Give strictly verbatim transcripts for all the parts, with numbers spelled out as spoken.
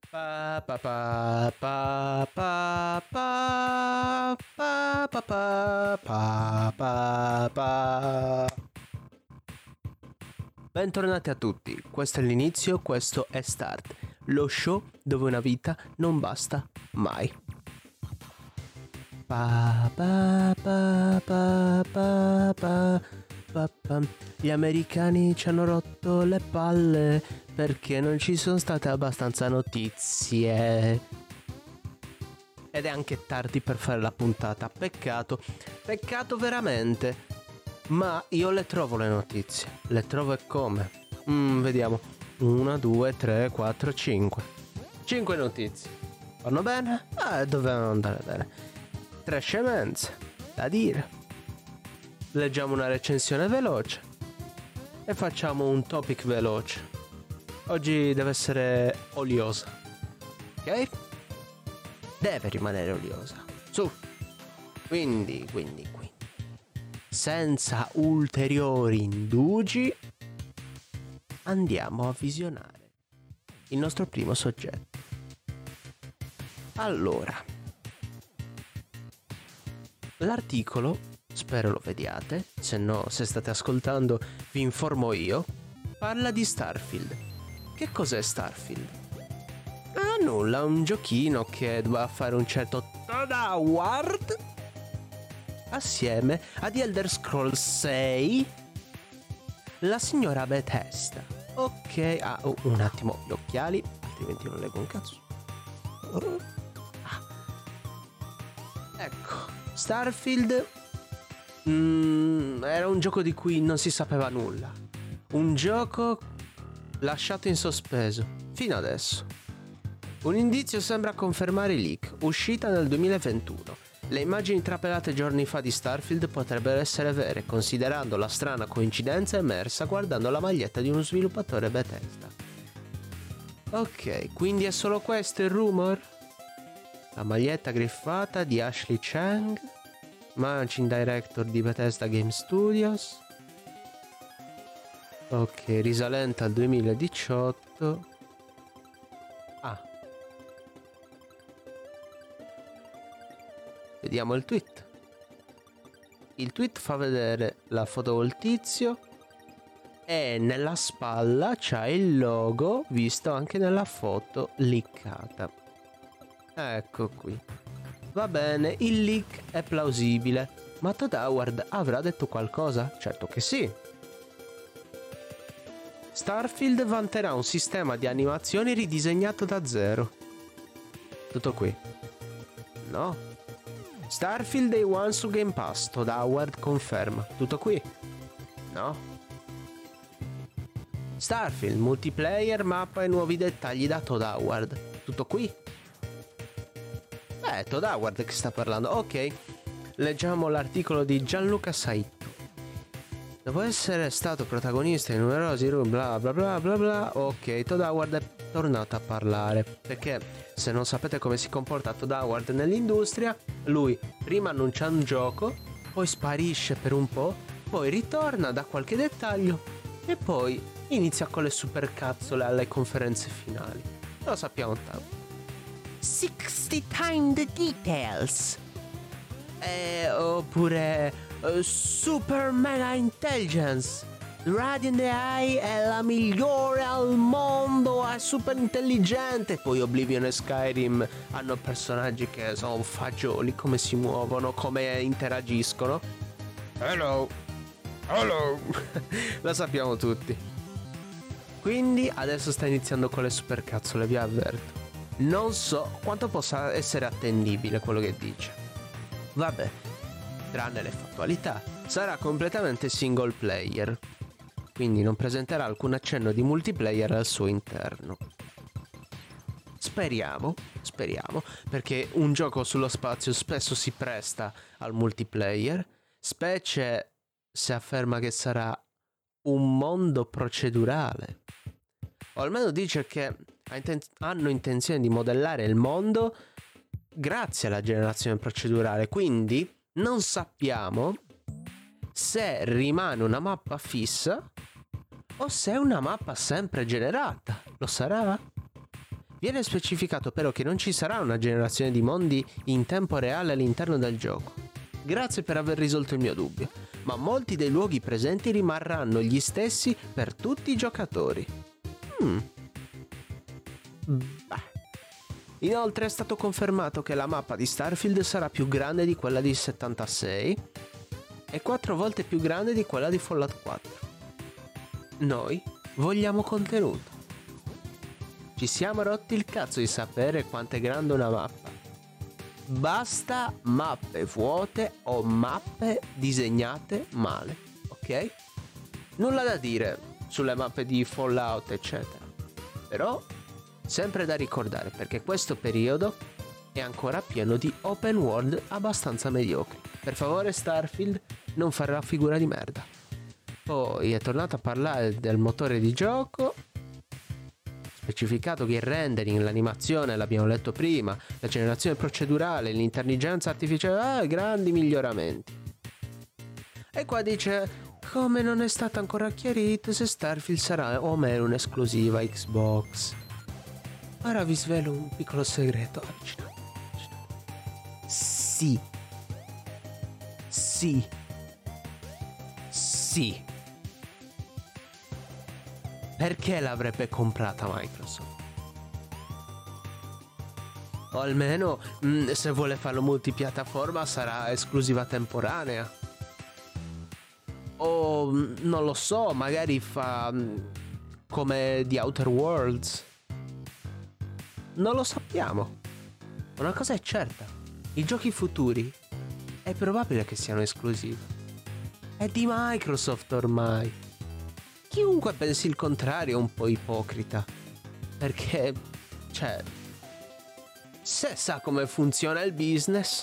Pa pa pa pa pa pa pa pa pa pa pa pa. Bentornati a tutti, questo è l'inizio, questo è Start, lo show dove una vita non basta mai. Pa pa pa pa pa pa pa pa. Gli americani ci hanno rotto le palle perché non ci sono state abbastanza notizie. Ed è anche tardi per fare la puntata, peccato, peccato veramente. Ma io le trovo le notizie, le trovo e come? Mm, vediamo, una, due, tre, quattro, cinque. Cinque notizie. Vanno bene? Eh, dovevano andare bene. Tre scemenze, da dire. Leggiamo una recensione veloce e facciamo un topic veloce. Oggi deve essere oliosa, ok? Deve rimanere oliosa. Su. Quindi, quindi, quindi, senza ulteriori indugi, andiamo a visionare il nostro primo soggetto. Allora, l'articolo, spero lo vediate, se no, se state ascoltando, vi informo io, parla di Starfield. Che cos'è Starfield? Ah, nulla, un giochino che doveva fare un certo Todd Howard assieme a The Elder Scrolls sei, la signora Bethesda. Ok, ah, oh, un attimo, gli occhiali, altrimenti non leggo un cazzo. Oh. Ah. Ecco, Starfield mm, era un gioco di cui non si sapeva nulla. Un gioco lasciato in sospeso fino adesso. Un indizio sembra confermare i leak, uscita nel duemilaventuno. Le immagini trapelate giorni fa di Starfield potrebbero essere vere, considerando la strana coincidenza emersa guardando la maglietta di uno sviluppatore Bethesda. Ok, quindi è solo questo il rumor? La maglietta griffata di Ashley Chang, managing director di Bethesda Game Studios. Ok, risalente al duemiladiciotto. Ah. Vediamo il tweet. Il tweet fa vedere la foto col tizio e nella spalla c'ha il logo visto anche nella foto leakata. Ecco qui. Va bene, il leak è plausibile, ma Todd Howard avrà detto qualcosa? Certo che sì. Starfield vanterà un sistema di animazioni ridisegnato da zero. Tutto qui. No. Starfield Day One su Game Pass, Todd Howard conferma. Tutto qui. No. Starfield, multiplayer, mappa e nuovi dettagli da Todd Howard. Tutto qui. Beh, Todd Howard che sta parlando. Ok. Leggiamo l'articolo di Gianluca Saito. Dopo essere stato protagonista in numerosi room bla bla bla bla bla, ok, Todd Howard è tornato a parlare. Perché se non sapete come si comporta Todd Howard nell'industria, lui prima annuncia un gioco, poi sparisce per un po', poi ritorna, dà qualche dettaglio e poi inizia con le supercazzole alle conferenze finali. Lo sappiamo tanto. sixty times the details. Eh, oppure Uh, super mega intelligence. Radiant A I è la migliore al mondo, è super intelligente. Poi Oblivion e Skyrim hanno personaggi che sono fagioli, come si muovono, come interagiscono. Hello. Hello. Lo sappiamo tutti. Quindi adesso sta iniziando con le supercazzole, vi avverto. Non so quanto possa essere attendibile quello che dice. Vabbè, tranne le fattualità, sarà completamente single player, quindi non presenterà alcun accenno di multiplayer al suo interno. Speriamo, speriamo, perché un gioco sullo spazio spesso si presta al multiplayer, specie se afferma che sarà un mondo procedurale. O almeno dice che hanno intenzione di modellare il mondo grazie alla generazione procedurale, quindi non sappiamo se rimane una mappa fissa o se è una mappa sempre generata. Lo sarà? Viene specificato però che non ci sarà una generazione di mondi in tempo reale all'interno del gioco. Grazie per aver risolto il mio dubbio, ma molti dei luoghi presenti rimarranno gli stessi per tutti i giocatori. Hmm. Bah. Inoltre è stato confermato che la mappa di Starfield sarà più grande di quella di settantasei e quattro volte più grande di quella di Fallout quattro. Noi vogliamo contenuto. Ci siamo rotti il cazzo di sapere quanto è grande una mappa. Basta mappe vuote o mappe disegnate male, ok? Nulla da dire sulle mappe di Fallout, eccetera. Però sempre da ricordare, perché questo periodo è ancora pieno di open world abbastanza mediocri. Per favore Starfield, non fare la figura di merda. Poi è tornato a parlare del motore di gioco, specificato che il rendering, l'animazione, l'abbiamo letto prima, la generazione procedurale, l'intelligenza artificiale, ah, grandi miglioramenti. E qua dice, come non è stato ancora chiarito se Starfield sarà o meno un'esclusiva Xbox. Ora vi svelo un piccolo segreto. Avvicinate, avvicinate. Sì. Sì. Sì. Perché l'avrebbe comprata Microsoft? O almeno, mh, se vuole farlo multipiattaforma, sarà esclusiva temporanea. O, mh, non lo so, magari fa mh, come The Outer Worlds. Non lo sappiamo. Una cosa è certa. I giochi futuri è probabile che siano esclusivi. È di Microsoft ormai. Chiunque pensi il contrario è un po' ipocrita. Perché, cioè, se sa come funziona il business.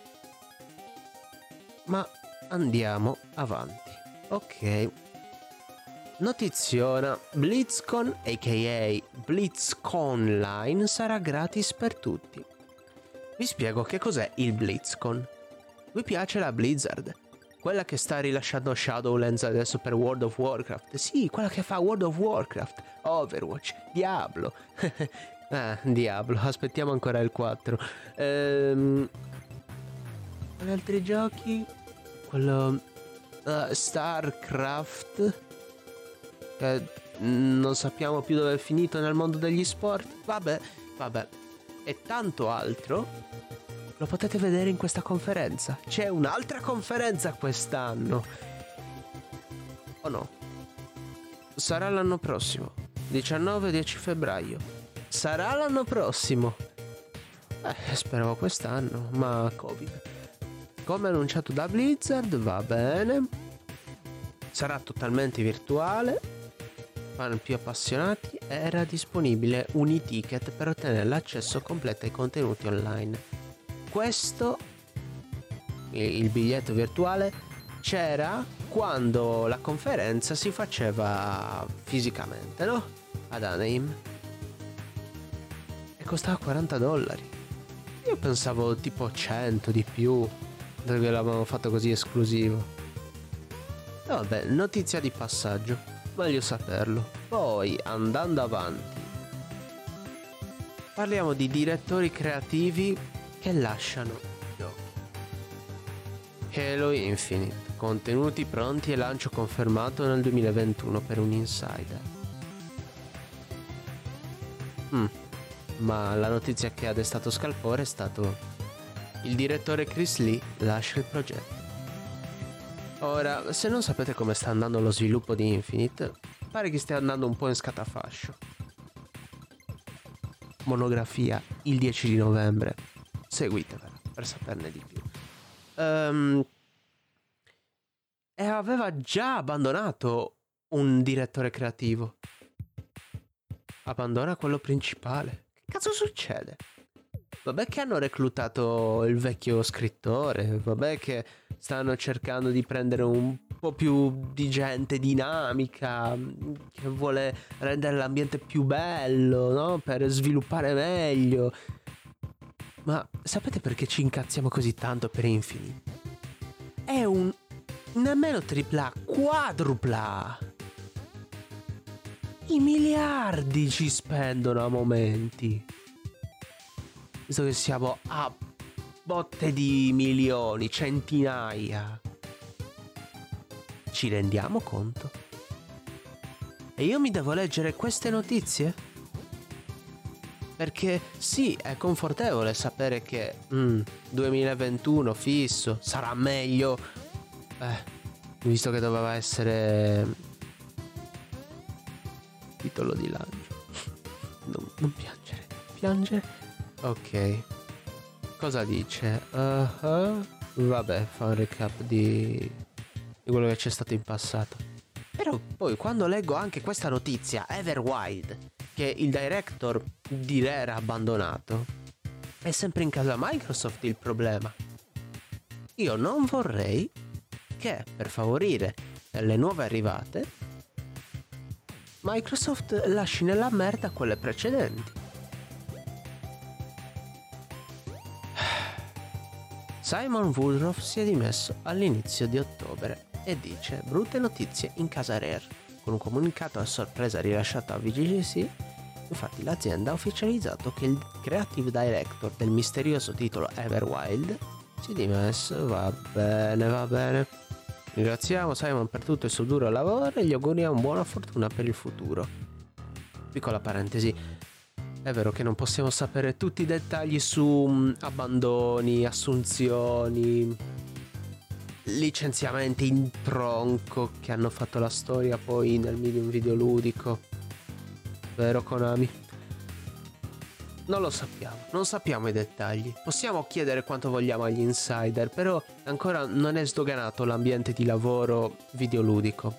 Ma andiamo avanti. Ok. Notiziona, BlizzCon aka BlizzConline sarà gratis per tutti. Vi spiego che cos'è il BlizzCon. Vi piace la Blizzard? Quella che sta rilasciando Shadowlands adesso per World of Warcraft. Sì, quella che fa World of Warcraft, Overwatch, Diablo. Ah, Diablo, aspettiamo ancora il quattro. Ehm... Quali altri giochi? Quello... Uh, StarCraft... che non sappiamo più dove è finito nel mondo degli sport. Vabbè, vabbè. E tanto altro lo potete vedere in questa conferenza. C'è un'altra conferenza quest'anno. O no? Sarà l'anno prossimo, diciannove dieci febbraio. Sarà l'anno prossimo. Eh, speravo quest'anno, ma Covid. Come annunciato da Blizzard, va bene. Sarà totalmente virtuale. Fan più appassionati, era disponibile un e-ticket per ottenere l'accesso completo ai contenuti online. Questo, il biglietto virtuale, c'era quando la conferenza si faceva fisicamente, no? Ad Anaheim. E costava quaranta dollari. Io pensavo tipo cento di più, perché l'avevano fatto così esclusivo. E vabbè, notizia di passaggio. Voglio saperlo. Poi, andando avanti, parliamo di direttori creativi che lasciano i giochi. Halo Infinite, contenuti pronti e lancio confermato nel duemilaventuno per un insider. Mm. Ma la notizia che ha destato scalpore è stato: il direttore Chris Lee lascia il progetto. Ora, se non sapete come sta andando lo sviluppo di Infinite, pare che stia andando un po' in scatafascio. Monografia il dieci di novembre. Seguitevela per saperne di più. Um, e aveva già abbandonato un direttore creativo. Abbandona quello principale. Che cazzo succede? Vabbè che hanno reclutato il vecchio scrittore, vabbè che stanno cercando di prendere un po' più di gente dinamica, che vuole rendere l'ambiente più bello, no? Per sviluppare meglio. Ma sapete perché ci incazziamo così tanto per Infinite? È un nemmeno tripla A, quadrupla A. i miliardi ci spendono a momenti. Visto che siamo a botte di milioni, centinaia. Ci rendiamo conto? E io mi devo leggere queste notizie? Perché sì, è confortevole sapere che mm, duemilaventuno fisso, sarà meglio. Eh, visto che doveva essere titolo di lancio. Non, non piangere, piangere. Ok. Cosa dice? Uh-huh. Vabbè, fa un recap di, di quello che c'è stato in passato. Però poi quando leggo anche questa notizia, Everwild, che il director di Rare era abbandonato, è sempre in casa Microsoft il problema. Io non vorrei che, per favorire le nuove arrivate, Microsoft lasci nella merda quelle precedenti. Simon Woodruff si è dimesso all'inizio di ottobre e dice brutte notizie in casa Rare. Con un comunicato a sorpresa rilasciato a V G C, infatti l'azienda ha ufficializzato che il creative director del misterioso titolo Everwild si è dimesso. Va bene, va bene. Ringraziamo Simon per tutto il suo duro lavoro e gli auguriamo buona fortuna per il futuro. Piccola parentesi, è vero che non possiamo sapere tutti i dettagli su mh, abbandoni, assunzioni, licenziamenti in tronco che hanno fatto la storia poi nel medium videoludico. Vero Konami? Non lo sappiamo, non sappiamo i dettagli. Possiamo chiedere quanto vogliamo agli insider, però ancora non è sdoganato l'ambiente di lavoro videoludico.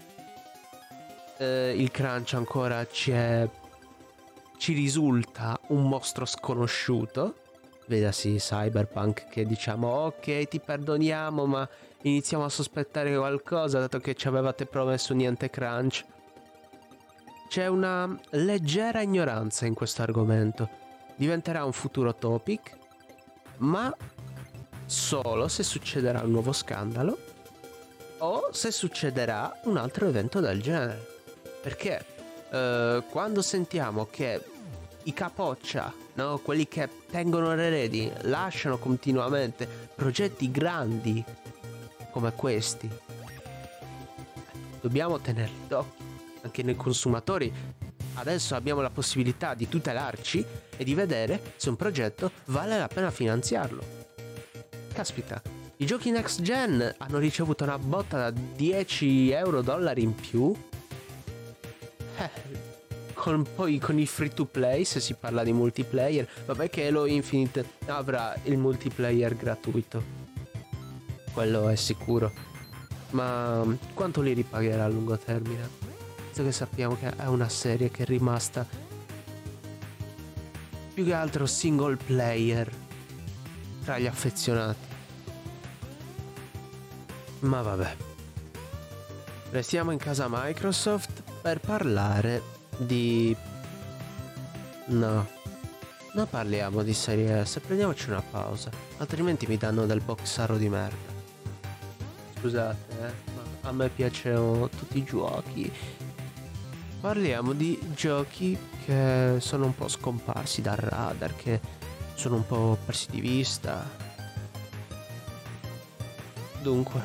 Eh, il crunch ancora ci è... ci risulta un mostro sconosciuto. Vedasi Cyberpunk che diciamo ok ti perdoniamo, ma iniziamo a sospettare qualcosa dato che ci avevate promesso niente crunch. C'è una leggera ignoranza in questo argomento. Diventerà un futuro topic, ma solo se succederà un nuovo scandalo o se succederà un altro evento del genere. Perché eh, quando sentiamo che i capoccia, no, quelli che tengono le reti, lasciano continuamente progetti grandi come questi, dobbiamo tenerli d'occhio. Anche noi consumatori adesso abbiamo la possibilità di tutelarci e di vedere se un progetto vale la pena finanziarlo. Caspita, i giochi next gen hanno ricevuto una botta da dieci euro dollari in più. Eh, con, poi con i free to play, se si parla di multiplayer, vabbè che Halo Infinite avrà il multiplayer gratuito, quello è sicuro, ma quanto li ripagherà a lungo termine? Visto che sappiamo che è una serie che è rimasta più che altro single player tra gli affezionati. Ma vabbè, restiamo in casa Microsoft per parlare di... no, non parliamo di Serie S, prendiamoci una pausa, altrimenti mi danno del boxaro di merda. Scusate, eh, ma a me piacciono tutti i giochi. Parliamo di giochi che sono un po' scomparsi dal radar, che sono un po' persi di vista. Dunque,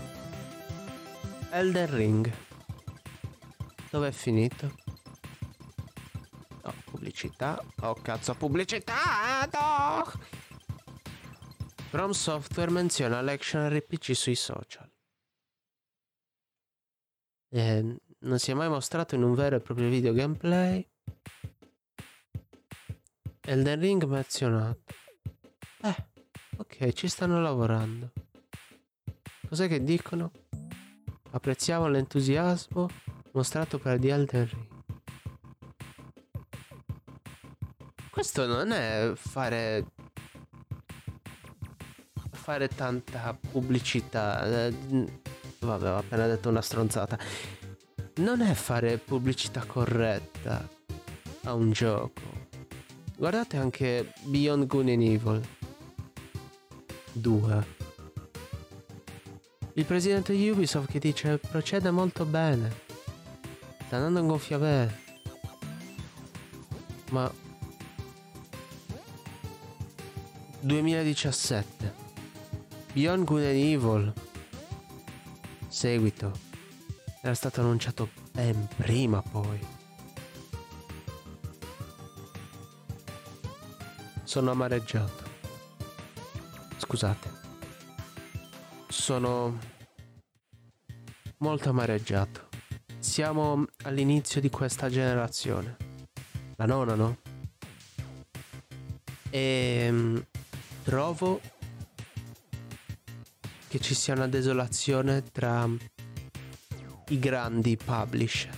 Elden Ring. Dove è finito? Oh, pubblicità. Oh, cazzo, pubblicità! No! From Software menziona l'action R P G sui social. Eh, non si è mai mostrato in un vero e proprio video gameplay. Elden Ring menzionato. Eh, ok, ci stanno lavorando. Cos'è che dicono? Apprezziamo l'entusiasmo mostrato per The Elden Ring. Questo non è fare fare tanta pubblicità. Vabbè, ho appena detto una stronzata. Non è fare pubblicità corretta a un gioco. Guardate anche Beyond Good and Evil due. Il presidente di Ubisoft che dice procede molto bene. Sta andando in gonfiabile. Ma duemiladiciassette Beyond Good and Evil seguito era stato annunciato ben prima. Poi sono amareggiato, scusate, sono molto amareggiato. Siamo all'inizio di questa generazione, la nona, no? E trovo che ci sia una desolazione tra i grandi publisher,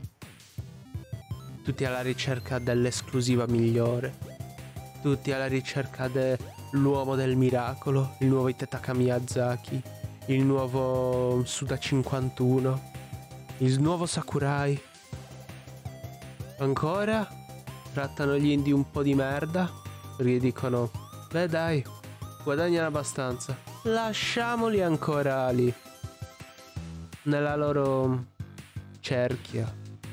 tutti alla ricerca dell'esclusiva migliore, tutti alla ricerca dell'uomo del miracolo, il nuovo Hidetaka Miyazaki, il nuovo Suda cinquantuno, il nuovo Sakurai. Ancora trattano gli indie un po' di merda perché dicono: beh dai, guadagnano abbastanza, lasciamoli ancora lì nella loro cerchia.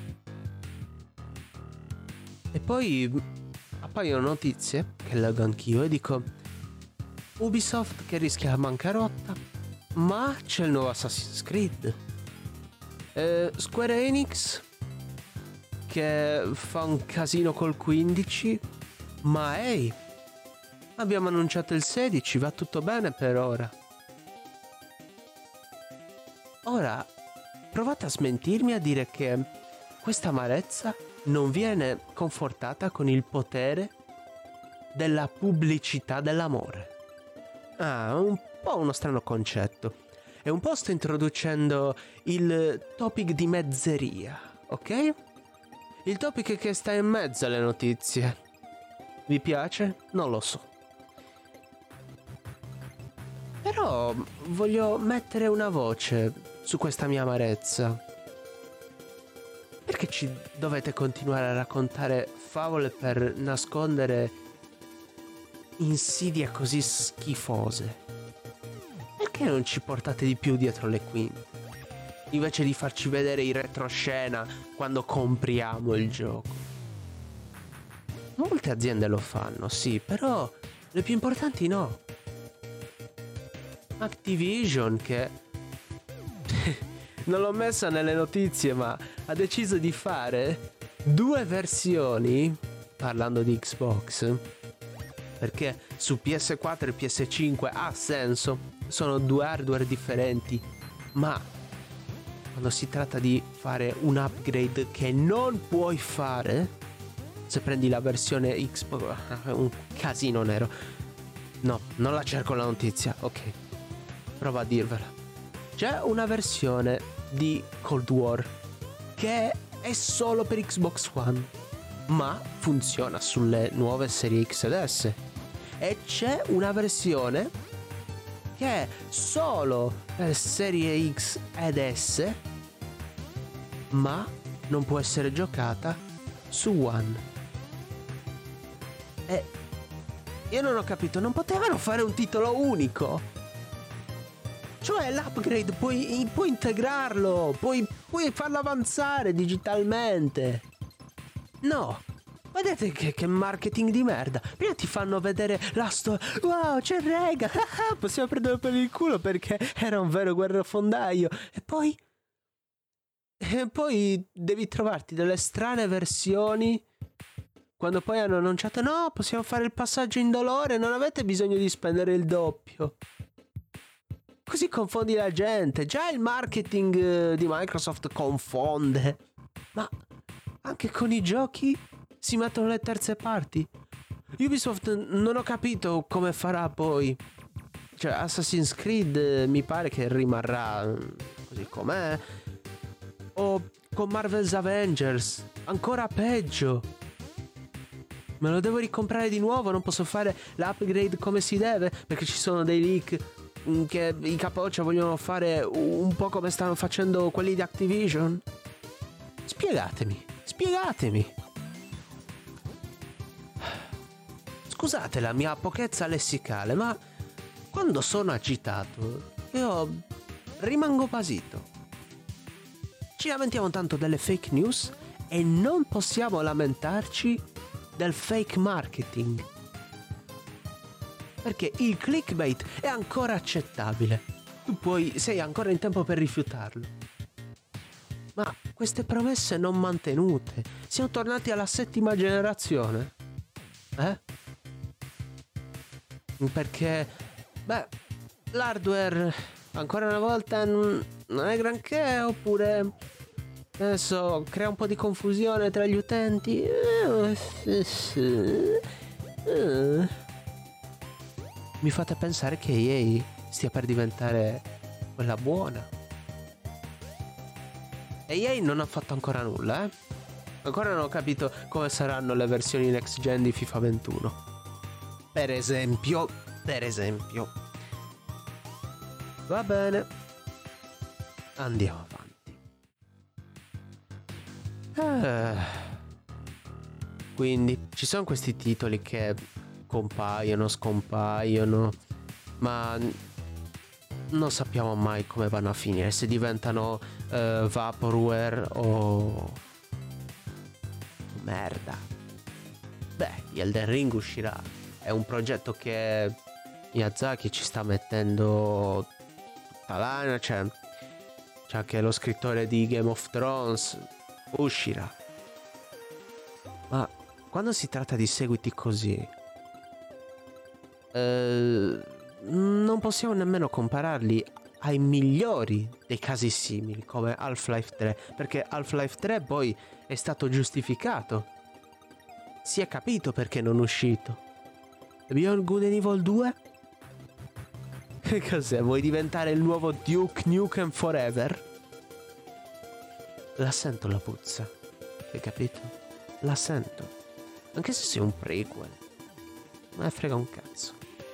E poi appaiono notizie che leggo anch'io e dico: Ubisoft che rischia la bancarotta, ma c'è il nuovo Assassin's Creed. eh, Square Enix che fa un casino col quindici, ma ehi, abbiamo annunciato il sedici, va tutto bene per ora. Ora provate a smentirmi, a dire che questa amarezza non viene confortata con il potere della pubblicità dell'amore. Ah, un po' uno strano concetto. E un po' sto introducendo il topic di mezzeria, ok? Il topic che sta in mezzo alle notizie. Vi piace? Non lo so. Però voglio mettere una voce su questa mia amarezza. Perché ci dovete continuare a raccontare favole per nascondere insidie così schifose? Perché non ci portate di più dietro le quinte, invece di farci vedere in retroscena quando compriamo il gioco? Molte aziende lo fanno, sì, però le più importanti no. Activision, che non l'ho messa nelle notizie, ma ha deciso di fare due versioni, parlando di Xbox, perché su P S quattro e P S cinque ha senso, sono due hardware differenti, ma quando si tratta di fare un upgrade che non puoi fare se prendi la versione Xbox, un casino nero. No, non la cerco la notizia, ok, prova a dirvela. C'è una versione di Cold War che è solo per Xbox One, ma funziona sulle nuove serie X ed S. E c'è una versione che è solo per serie X ed S, ma non può essere giocata su One. E io non ho capito, non potevano fare un titolo unico? Cioè l'upgrade puoi, puoi integrarlo, puoi, puoi farlo avanzare digitalmente. No, vedete che, che marketing di merda. Prima ti fanno vedere la storia. Wow, c'è Rega, possiamo prendere per il culo perché era un vero guerrafondaio. E poi E poi devi trovarti delle strane versioni quando poi hanno annunciato: no, possiamo fare il passaggio indolore, non avete bisogno di spendere il doppio. Così confondi la gente. Già il marketing eh, di Microsoft confonde, ma anche con i giochi si mettono le terze parti. Ubisoft non ho capito come farà poi. Cioè Assassin's Creed eh, mi pare che rimarrà così com'è, o con Marvel's Avengers ancora peggio. Me lo devo ricomprare di nuovo, non posso fare l'upgrade come si deve perché ci sono dei leak che i capoccia vogliono fare un po' come stanno facendo quelli di Activision. Spiegatemi, spiegatemi. Scusate la mia pochezza lessicale, ma quando sono agitato io rimango basito. Ci lamentiamo tanto delle fake news e non possiamo lamentarci del fake marketing. Perché il clickbait è ancora accettabile. Tu puoi, sei ancora in tempo per rifiutarlo. Ma queste promesse non mantenute, siamo tornati alla settima generazione. Eh? Perché, beh, l'hardware ancora una volta non è granché, oppure adesso crea un po' di confusione tra gli utenti. Mi fate pensare che E A stia per diventare quella buona. E A non ha fatto ancora nulla, eh? Ancora non ho capito come saranno le versioni next gen di FIFA ventuno. Per esempio, per esempio. Va bene. Andiamo avanti. Ah. Quindi ci sono questi titoli che compaiono, scompaiono, ma non sappiamo mai come vanno a finire, se diventano uh, vaporware o merda. Beh, Elden Ring uscirà, è un progetto che Miyazaki ci sta mettendo tutta l'anima, cioè c'è anche lo scrittore di Game of Thrones, uscirà. Ma quando si tratta di seguiti così eh, non possiamo nemmeno compararli ai migliori dei casi simili come Half-Life tre, perché Half-Life tre poi è stato giustificato, si è capito perché non è uscito. Beyond Good and Evil due? Che cos'è? Vuoi diventare il nuovo Duke Nukem Forever? La sento la puzza, hai capito? La sento, anche se sei un prequel, ma ne frega un cazzo.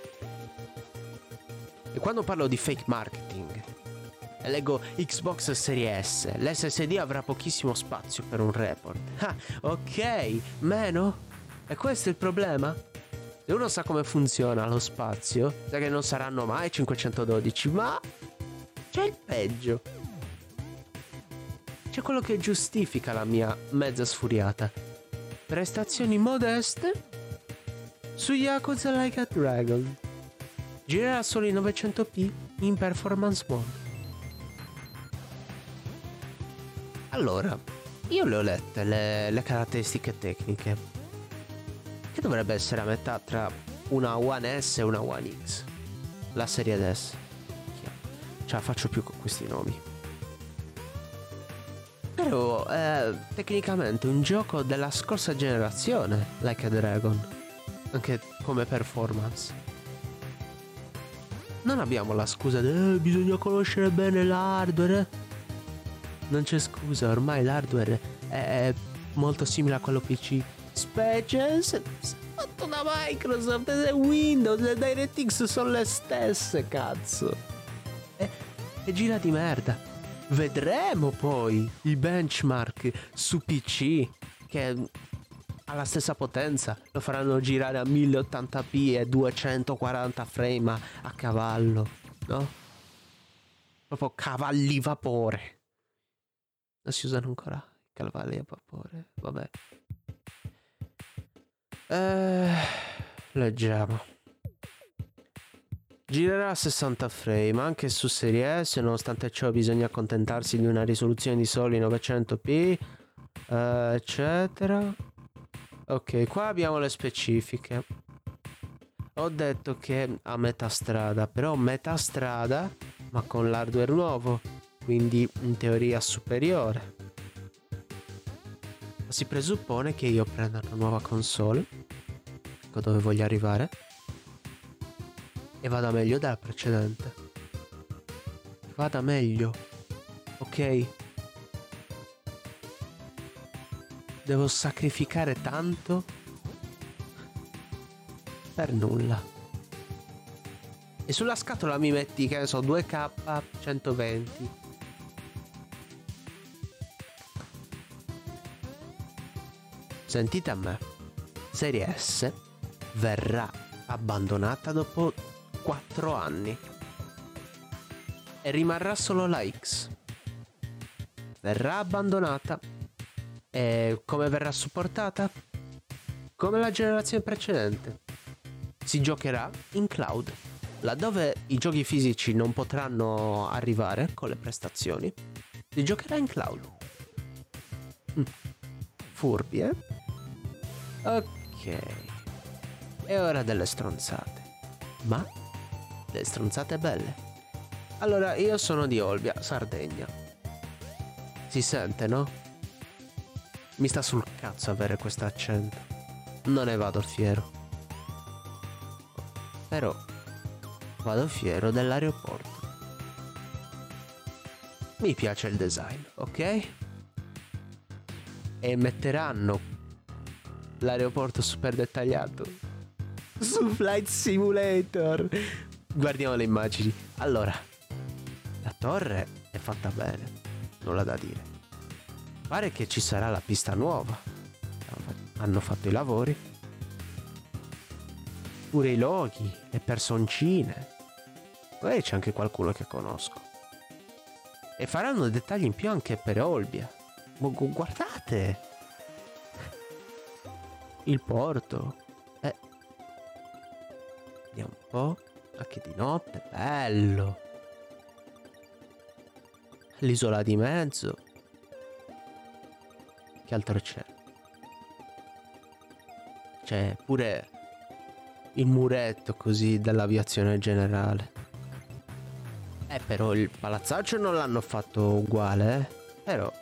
E quando parlo di fake marketing e leggo Xbox Series S, l'S S D avrà pochissimo spazio per un report. Ah, ok, meno? E questo è il problema? Se uno sa come funziona lo spazio, sa che non saranno mai cinquecentododici, ma c'è il peggio. C'è quello che giustifica la mia mezza sfuriata. Prestazioni modeste su Yakuza Like a Dragon. Girerà solo in novecento p in performance mode. Allora, io le ho lette le, le caratteristiche tecniche, che dovrebbe essere a metà tra una One S e una One X. La serie S. Ce la faccio più con questi nomi. Però è tecnicamente un gioco della scorsa generazione, Like a Dragon, anche come performance. Non abbiamo la scusa di eh, bisogna conoscere bene l'hardware. Non c'è scusa, ormai l'hardware è molto simile a quello P C. Specie se fatto da Microsoft e Windows, le DirectX sono le stesse, cazzo. E, e gira di merda. Vedremo poi i benchmark su P C che alla stessa potenza lo faranno girare a mille ottanta p e duecentoquaranta frame a cavallo, no? Proprio cavalli vapore. Non si usano ancora i cavalli a vapore, vabbè. Eh, leggiamo. Girerà a sessanta frame anche su Serie S, nonostante ciò bisogna accontentarsi di una risoluzione di soli novecento p, eh, eccetera. Ok, qua abbiamo le specifiche. Ho detto che a metà strada, però metà strada, ma con l'hardware nuovo, quindi in teoria superiore. Ma si presuppone che io prenda una nuova console, ecco dove voglio arrivare, e vada meglio della precedente. Vada meglio, ok? Devo sacrificare tanto per nulla. E sulla scatola mi metti, che ne so, due K centoventi. Sentite a me, Serie S verrà abbandonata dopo quattro anni e rimarrà solo la X. verrà abbandonata. E come verrà supportata? Come la generazione precedente. Si giocherà in cloud, laddove i giochi fisici non potranno arrivare con le prestazioni. Si giocherà in cloud. Mm. Furbi, eh? Ok. E ora delle stronzate. Ma delle stronzate belle. Allora, io sono di Olbia, Sardegna. Si sente, no? Mi sta sul cazzo avere questo accento. Non ne vado fiero. Però vado fiero dell'aeroporto. Mi piace il design, ok? E metteranno l'aeroporto super dettagliato su Flight Simulator. Guardiamo le immagini. Allora, la torre è fatta bene, nulla da dire. Pare che ci sarà la pista nuova. Hanno fatto i lavori. Pure i loghi, le personcine. Poi c'è anche qualcuno che conosco. E faranno dettagli in più anche per Olbia. Gu- Guardate! Il porto. Eh. Vediamo un po'. Anche di notte, bello. L'isola di mezzo. Che altro c'è? C'è pure il muretto così dell'aviazione generale. Eh, però il palazzaccio non l'hanno fatto uguale, eh? Però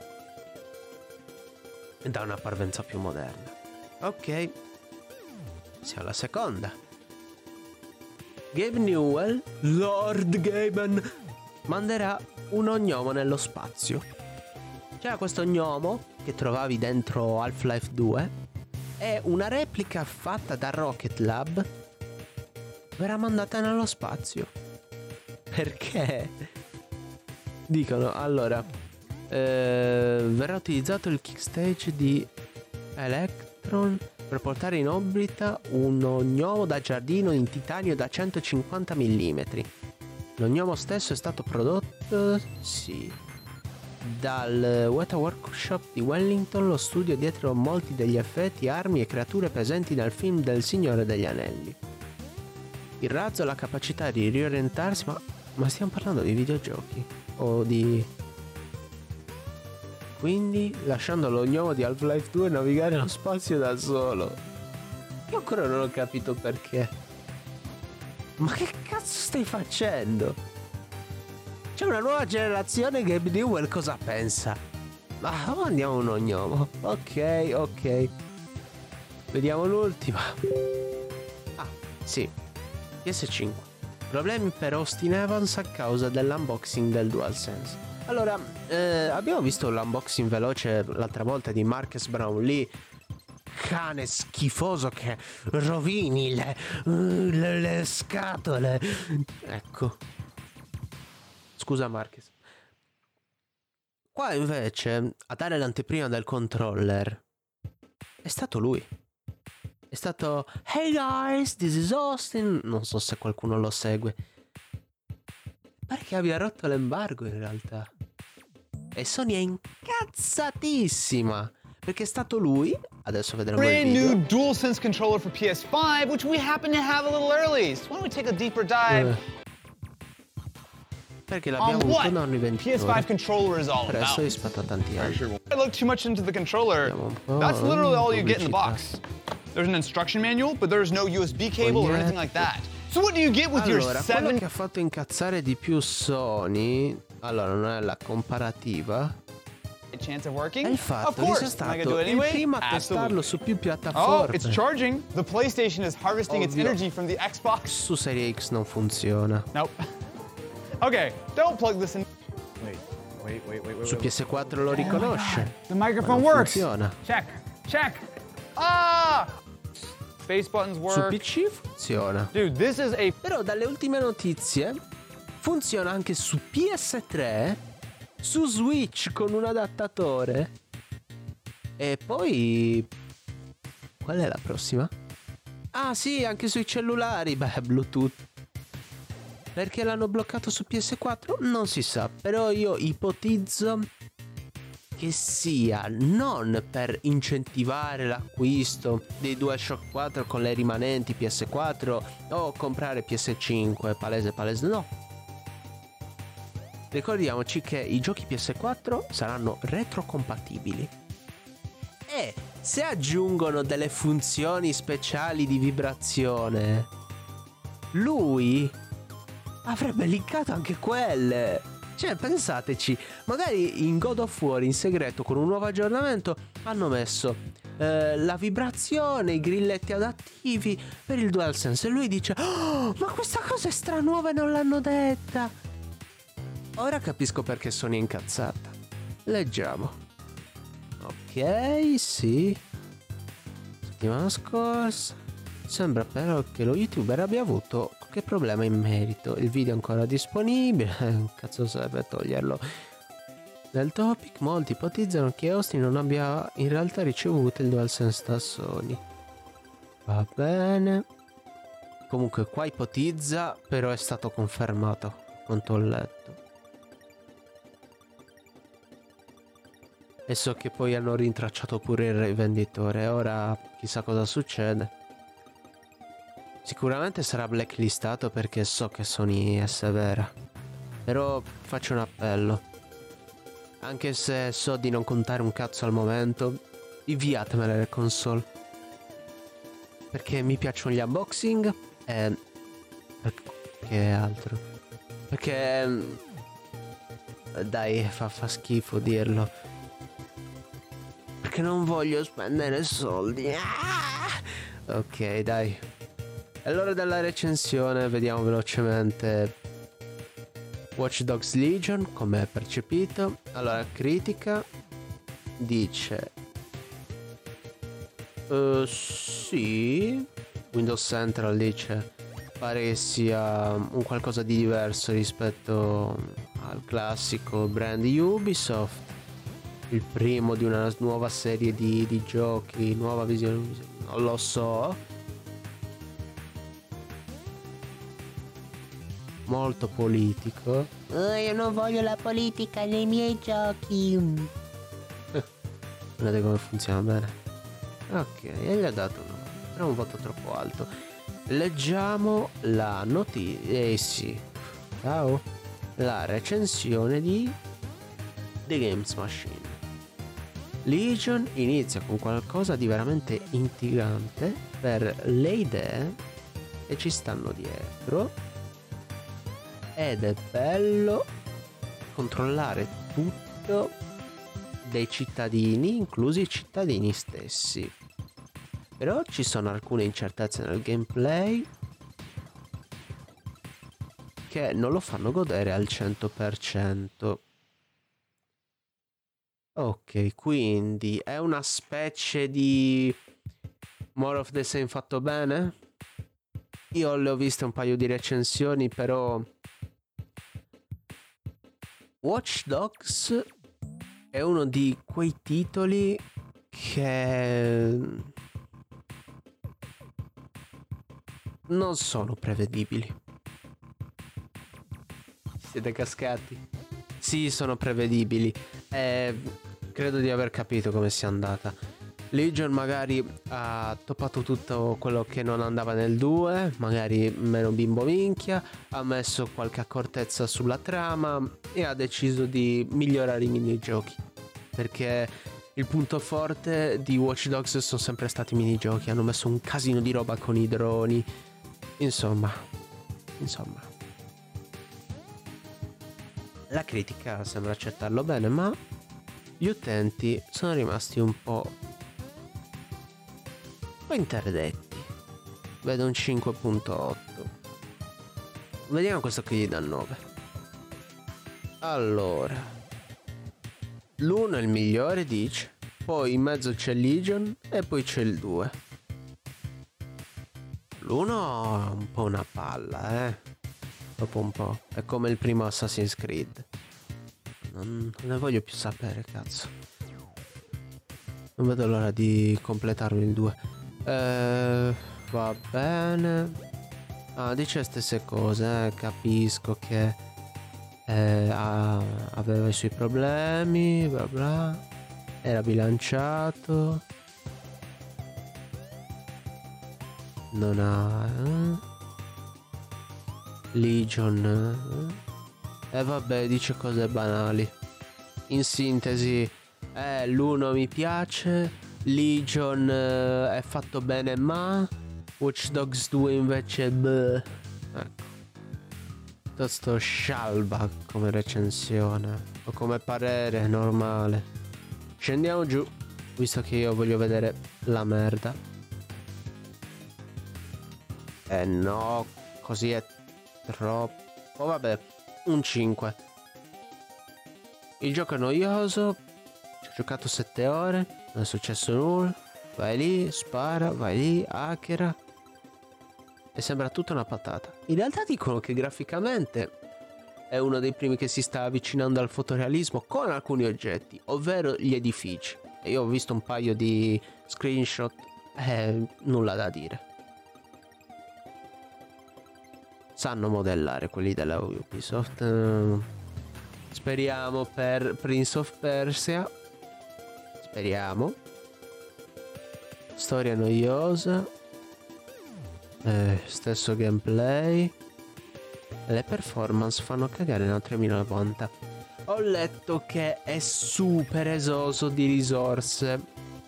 dà una parvenza più moderna. Ok. Siamo alla seconda. Gabe Newell, Lord Gaben, manderà un ognomo nello spazio. C'era questo ognomo che trovavi dentro Half-Life due. È una replica fatta da Rocket Lab. Verrà mandata nello spazio. Perché? Dicono, allora, eh, verrà utilizzato il kickstage di Electron per portare in orbita un ognomo da giardino in titanio da centocinquanta millimetri. L'ognomo stesso è stato prodotto, sì, dal Weta Workshop di Wellington, lo studio dietro molti degli effetti, armi e creature presenti nel film del Signore degli Anelli. Il razzo ha la capacità di riorientarsi, ma, ma stiamo parlando di videogiochi o di... Quindi lasciando l'ognomo di Half-Life due navigare lo spazio da solo. Io ancora non ho capito perché. Ma che cazzo stai facendo? C'è una nuova generazione, Gabe Newell cosa pensa? Ma andiamo un ognomo. Ok, ok. Vediamo l'ultima. Ah, sì. P S cinque. Problemi per Austin Evans a causa dell'unboxing del DualSense. Allora, eh, abbiamo visto l'unboxing veloce l'altra volta di Marques Brownlee. Cane schifoso che rovini le, le, le scatole. Ecco. Scusa Marques. Qua invece a dare l'anteprima del controller è stato lui. È stato "Hey guys, this is Austin". Non so se qualcuno lo segue. Pare che abbia rotto l'embargo in realtà. E Sony è incazzatissima perché è stato lui. Adesso vedremo il video. Brand new DualSense controller for P S five, which we happen to have a little early. So why don't we take a deeper dive? Eh. Perché l'abbiamo on avuto da what un P S five controller is all about. Presto rispetto a tanti anni. I look too much into the controller. That's literally all you get in the box. There's an instruction manual, but there's no U S B cable or anything like that. So what do you get with your Allora, seven? quello che ha fatto incazzare di più Sony, allora non è la comparativa, Chance of working? è il fatto Of che sia course. Am I stato gonna do it il anyway? primo a testarlo Absolutely. su più Oh, piattaforme. it's charging. The PlayStation is harvesting its Ovvio. energy from the Xbox. Su Serie X non funziona. Nope. Okay, don't plug this in. Wait, wait, wait, wait, wait. Su P S quattro lo riconosce. The ma microphone non works. funziona. Check, check. Ah! Space buttons Su work. P C funziona. Dude, this is a Però dalle ultime notizie funziona anche su P S tre, su Switch con un adattatore. E poi qual è la prossima? Ah sì, anche sui cellulari. Beh, Bluetooth. Perché l'hanno bloccato su P S quattro? Non si sa. Però io ipotizzo che sia non per incentivare l'acquisto dei DualShock quattro con le rimanenti P S quattro o comprare P S cinque, palese palese, no. Ricordiamoci che i giochi P S quattro saranno retrocompatibili e se aggiungono delle funzioni speciali di vibrazione, lui avrebbe linkato anche quelle. Cioè, pensateci, magari in God of War in segreto con un nuovo aggiornamento hanno messo eh, la vibrazione, i grilletti adattivi per il DualSense e lui dice: oh, ma questa cosa è stranuova e non l'hanno detta. Ora capisco perché Sony è incazzata. Leggiamo. Ok, sì. Settimana scorsa. Sembra però che lo youtuber abbia avuto qualche problema in merito. Il video è ancora disponibile. Cazzo serve toglierlo. Nel topic molti ipotizzano che Austin non abbia in realtà ricevuto il DualSense da Sony. Va bene. Comunque qua ipotizza, però è stato confermato, quanto ho letto. E so che poi hanno rintracciato pure il rivenditore. Ora chissà cosa succede. Sicuramente sarà blacklistato perché so che Sony è severa. Però faccio un appello. Anche se so di non contare un cazzo al momento, inviatemele le console. Perché mi piacciono gli unboxing e... che altro? Perché... dai, fa, fa schifo dirlo. Perché non voglio spendere soldi. Ah! Ok, dai. È l'ora della recensione, vediamo velocemente Watch Dogs Legion, come è percepito. Allora, critica dice uh, sì, Windows Central dice pare che sia un qualcosa di diverso rispetto al classico brand Ubisoft, il primo di una nuova serie di, di giochi, nuova visione, non lo so. Molto politico. Oh, io non voglio la politica nei miei giochi. Guardate come funziona bene. Ok, e gli ha dato uno. Era un voto troppo alto. Leggiamo la notizia. Eh sì. Ciao. La recensione di The Games Machine. Legion inizia con qualcosa di veramente intrigante per le idee che ci stanno dietro. Ed è bello controllare tutto dei cittadini, inclusi i cittadini stessi. Però ci sono alcune incertezze nel gameplay che non lo fanno godere al cento per cento. Ok, quindi è una specie di more of the same fatto bene? Io le ho viste un paio di recensioni, però Watch Dogs è uno di quei titoli che non sono prevedibili. Siete cascati? Sì, sono prevedibili. E credo di aver capito come sia andata. Legion magari ha toppato tutto quello che non andava nel due, magari meno bimbo minchia, ha messo qualche accortezza sulla trama e ha deciso di migliorare i minigiochi, perché il punto forte di Watch Dogs sono sempre stati i minigiochi. Hanno messo un casino di roba con i droni, insomma insomma la critica sembra accettarlo bene, ma gli utenti sono rimasti un po' un po' interdetti. Vedo un cinque virgola otto. Vediamo questo che gli dà nove. Allora, l'uno è il migliore, dice. Poi in mezzo c'è Legion e poi c'è il due. L'uno è un po' una palla, eh. Dopo un po'. È come il primo Assassin's Creed. Non, non ne voglio più sapere, cazzo. Non vedo l'ora di completarmi il due. Eh, va bene. Ah, dice le stesse cose, eh. Capisco che eh, ha- aveva i suoi problemi, bla bla, era bilanciato, non ha eh? Legion eh? E vabbè, dice cose banali. In sintesi, eh, l'uno mi piace, Legion eh, è fatto bene, ma Watch Dogs due invece bleh. Ecco, tutto sto scialba come recensione o come parere normale. Scendiamo giù, visto che io voglio vedere la merda. Eh no, così è troppo. Vabbè, un cinque. Il gioco è noioso, ci ho giocato sette ore, non è successo nulla. Vai lì, spara, vai lì, hackera, e sembra tutta una patata. In realtà dicono che graficamente è uno dei primi che si sta avvicinando al fotorealismo con alcuni oggetti, ovvero gli edifici. E io ho visto un paio di screenshot e nulla da dire. Sanno modellare quelli della Ubisoft. Speriamo per Prince of Persia. Speriamo. Storia noiosa. Eh, stesso gameplay. Le performance fanno cagare nella tremilanovanta. Ho letto che è super esoso di risorse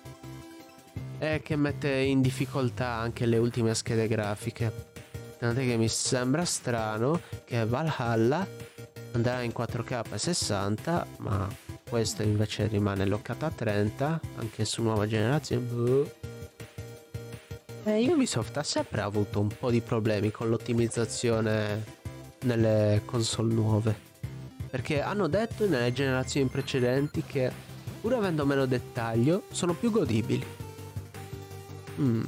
e che mette in difficoltà anche le ultime schede grafiche. Tant'è che mi sembra strano che Valhalla andrà in quattro K sessanta, ma questo invece rimane loccato a trenta, anche su nuova generazione. Boh. E Ubisoft ha sempre avuto un po' di problemi con l'ottimizzazione nelle console nuove, perché hanno detto nelle generazioni precedenti che, pur avendo meno dettaglio, sono più godibili. Mm.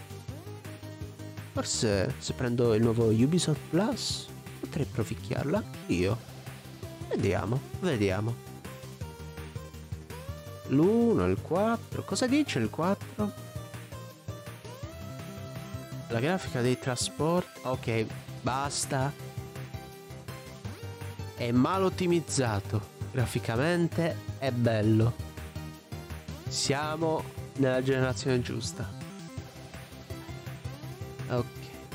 Forse se prendo il nuovo Ubisoft Plus potrei proficchiarla io. Vediamo, vediamo. L'uno, il quattro. Cosa dice il quattro? La grafica dei trasporti. Ok, basta. È mal ottimizzato. Graficamente è bello. Siamo nella generazione giusta. Ok.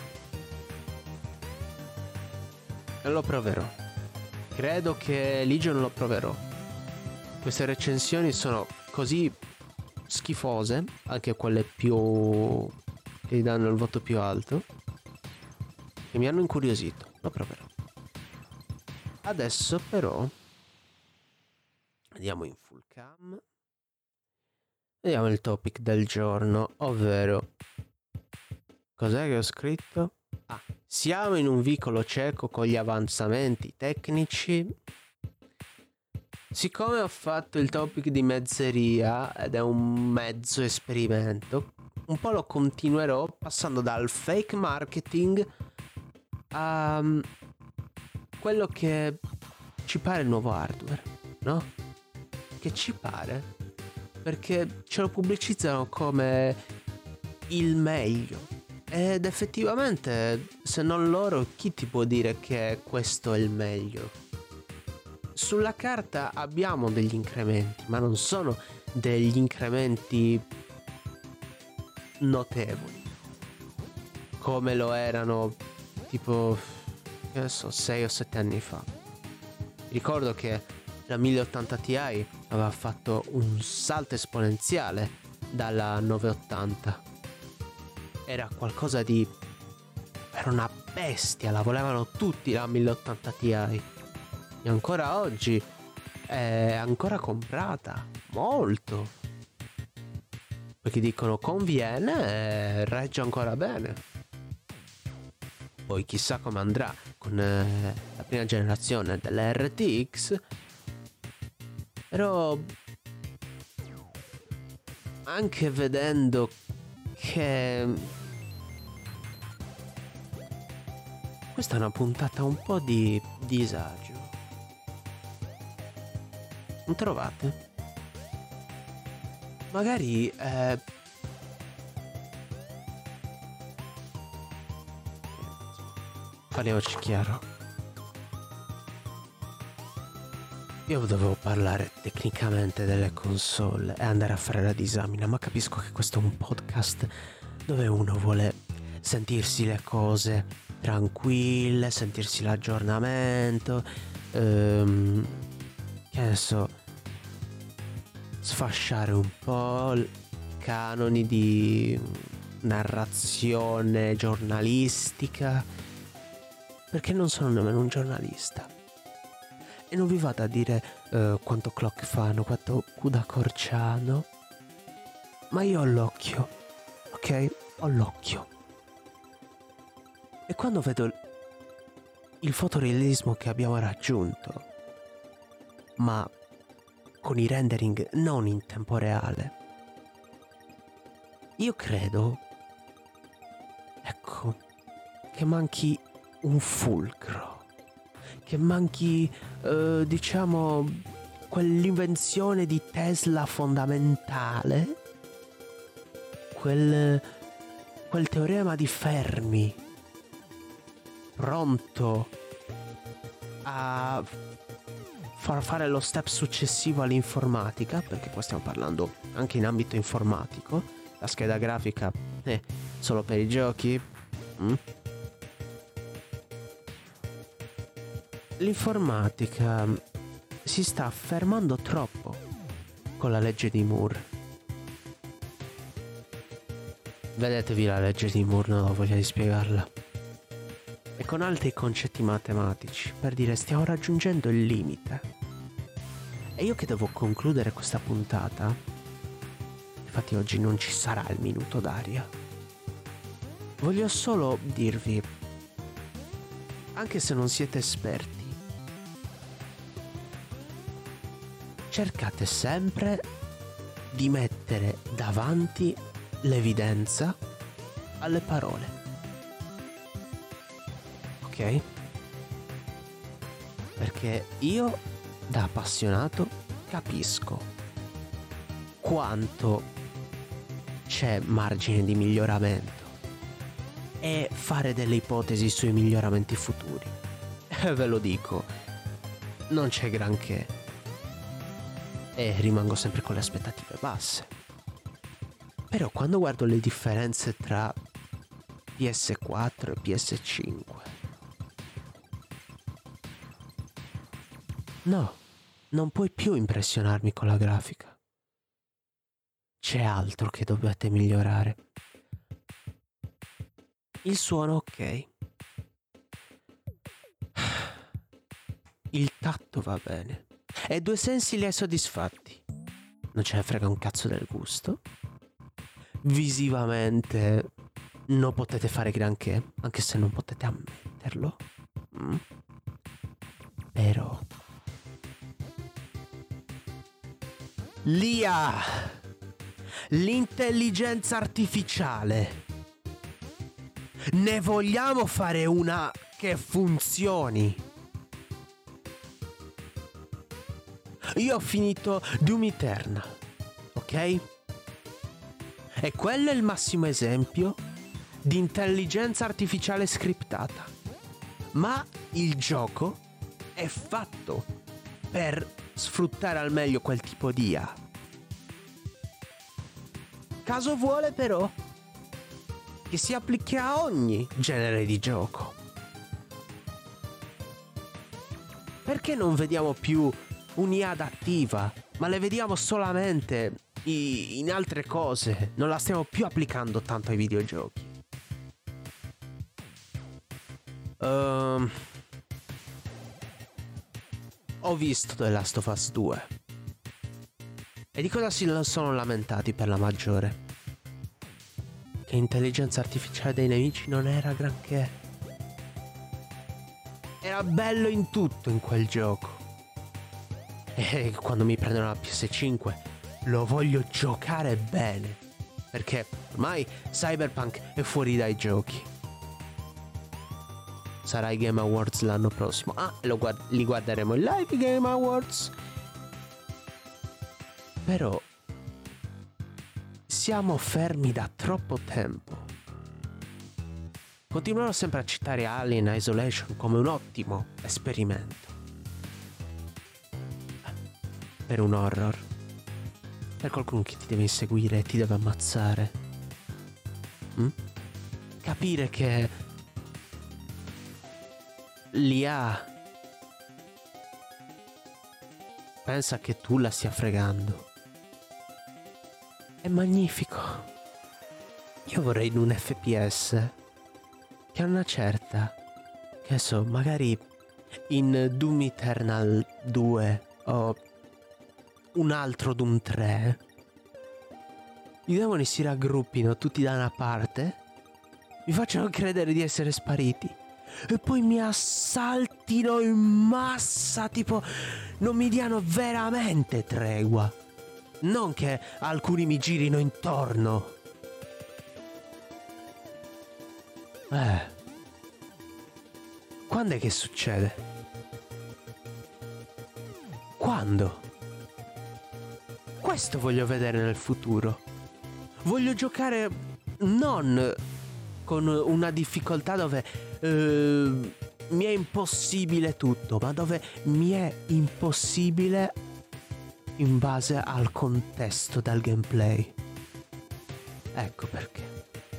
E lo proverò. Credo che Legion lo proverò. Queste recensioni sono così schifose, anche quelle più che gli danno il voto più alto, che mi hanno incuriosito. Lo proverò. Adesso però andiamo in full cam. Vediamo il topic del giorno, ovvero cos'è che ho scritto? Ah, siamo in un vicolo cieco con gli avanzamenti tecnici. Siccome ho fatto il topic di mezzeria ed è un mezzo esperimento, un po' lo continuerò passando dal fake marketing a quello che ci pare il nuovo hardware, no? Che ci pare perché ce lo pubblicizzano come il meglio. Ed effettivamente, se non loro, chi ti può dire che questo è il meglio? Sulla carta abbiamo degli incrementi, ma non sono degli incrementi notevoli come lo erano tipo, che ne so, sei o sette anni fa. Ricordo che la mille ottanta Ti aveva fatto un salto esponenziale dalla novecentottanta. Era qualcosa di... era una bestia, la volevano tutti la mille ottanta Ti. E ancora oggi è ancora comprata, molto. Perché dicono conviene e regge ancora bene. Poi chissà come andrà con eh, la prima generazione delle R T X. Però anche vedendo che questa è una puntata un po' di disagio, non trovate? Magari eh... parliamoci chiaro. Io dovevo parlare tecnicamente delle console e andare a fare la disamina, ma capisco che questo è un podcast dove uno vuole sentirsi le cose tranquille, sentirsi l'aggiornamento, ehm, che ne so, sfasciare un po' canoni di narrazione giornalistica, perché non sono nemmeno un giornalista. E non vi vado a dire uh, quanto clock fanno, quanto Cuda Corciano, ma io ho l'occhio, ok? Ho l'occhio. E quando vedo il fotorealismo che abbiamo raggiunto, ma con i rendering non in tempo reale, io credo, ecco, che manchi un fulcro. Che manchi, eh, diciamo, quell'invenzione di Tesla fondamentale, quel, quel teorema di Fermi, pronto a far fare lo step successivo all'informatica, perché qua stiamo parlando anche in ambito informatico, la scheda grafica, eh, solo per i giochi? Mm? L'informatica si sta affermando troppo con la legge di Moore. Vedetevi la legge di Moore, non ho voglia di spiegarla. E con altri concetti matematici, per dire stiamo raggiungendo il limite. E io che devo concludere questa puntata, infatti oggi non ci sarà il minuto d'aria, voglio solo dirvi, anche se non siete esperti, cercate sempre di mettere davanti l'evidenza alle parole. Ok? Perché io, da appassionato, capisco quanto c'è margine di miglioramento e fare delle ipotesi sui miglioramenti futuri. E ve lo dico, non c'è granché. E rimango sempre con le aspettative basse. Però quando guardo le differenze tra P S quattro e P S cinque, no, non puoi più impressionarmi con la grafica. C'è altro che dovete migliorare. Il suono ok. Il tatto va bene. E due sensi li hai soddisfatti. Non ce ne frega un cazzo del gusto. Visivamente non potete fare granché, anche se non potete ammetterlo. Mm. Però l'I A, l'intelligenza artificiale, ne vogliamo fare una che funzioni. Io ho finito Doom Eternal, ok? E quello è il massimo esempio di intelligenza artificiale scriptata. Ma il gioco è fatto per sfruttare al meglio quel tipo di I A. Caso vuole però che si applichi a ogni genere di gioco. Perché non vediamo più un'I A adattiva, ma le vediamo solamente in altre cose? Non la stiamo più applicando tanto ai videogiochi. Uh, ho visto The Last of Us due. E di cosa si sono lamentati per la maggiore? Che l'intelligenza artificiale dei nemici non era granché. Era bello in tutto in quel gioco. E quando mi prendono la P S cinque lo voglio giocare bene, perché ormai Cyberpunk è fuori dai giochi. Sarà i Game Awards l'anno prossimo. Ah, lo guard- li guarderemo in live i Game Awards. Però siamo fermi da troppo tempo. Continuerò sempre a citare Alien Isolation come un ottimo esperimento. per un horror. Per qualcuno che ti deve inseguire e ti deve ammazzare. Mm? Capire che l'I A pensa che tu la stia fregando. È magnifico. Io vorrei in un F P S che ha una certa, che so, magari in Doom Eternal due o un altro Doom tre, i demoni si raggruppino tutti da una parte, mi facciano credere di essere spariti e poi mi assaltino in massa, tipo non mi diano veramente tregua, non che alcuni mi girino intorno. Eh, quando è che succede? Quando? Questo voglio vedere nel futuro. Voglio giocare non con una difficoltà dove eh, mi è impossibile tutto, ma dove mi è impossibile in base al contesto del gameplay. Ecco perché.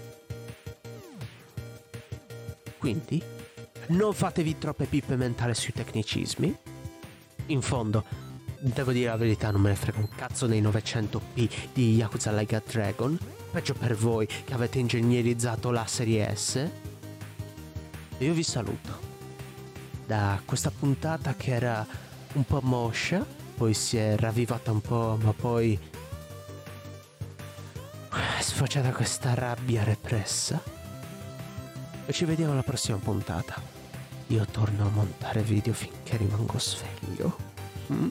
Quindi non fatevi troppe pippe mentali sui tecnicismi. In fondo, devo dire la verità, non me ne frega un cazzo dei novecento p di Yakuza Like a Dragon. Peggio per voi che avete ingegnerizzato la serie S. E io vi saluto da questa puntata che era un po' moscia, poi si è ravvivata un po', ma poi è sfociata questa rabbia repressa. E ci vediamo alla prossima puntata. Io torno a montare video finché rimango sveglio. Mm?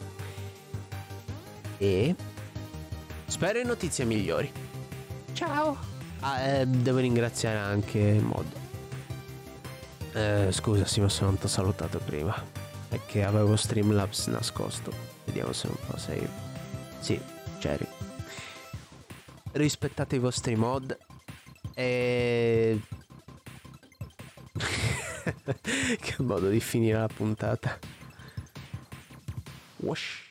E spero in notizie migliori. Ciao. Ah, eh, devo ringraziare anche Mod. Eh, scusa, sì, ma sono andato salutato prima. È che avevo Streamlabs nascosto. Vediamo se un po' sei. Sì, c'eri. Rispettate i vostri mod. E che modo di finire la puntata. Wash.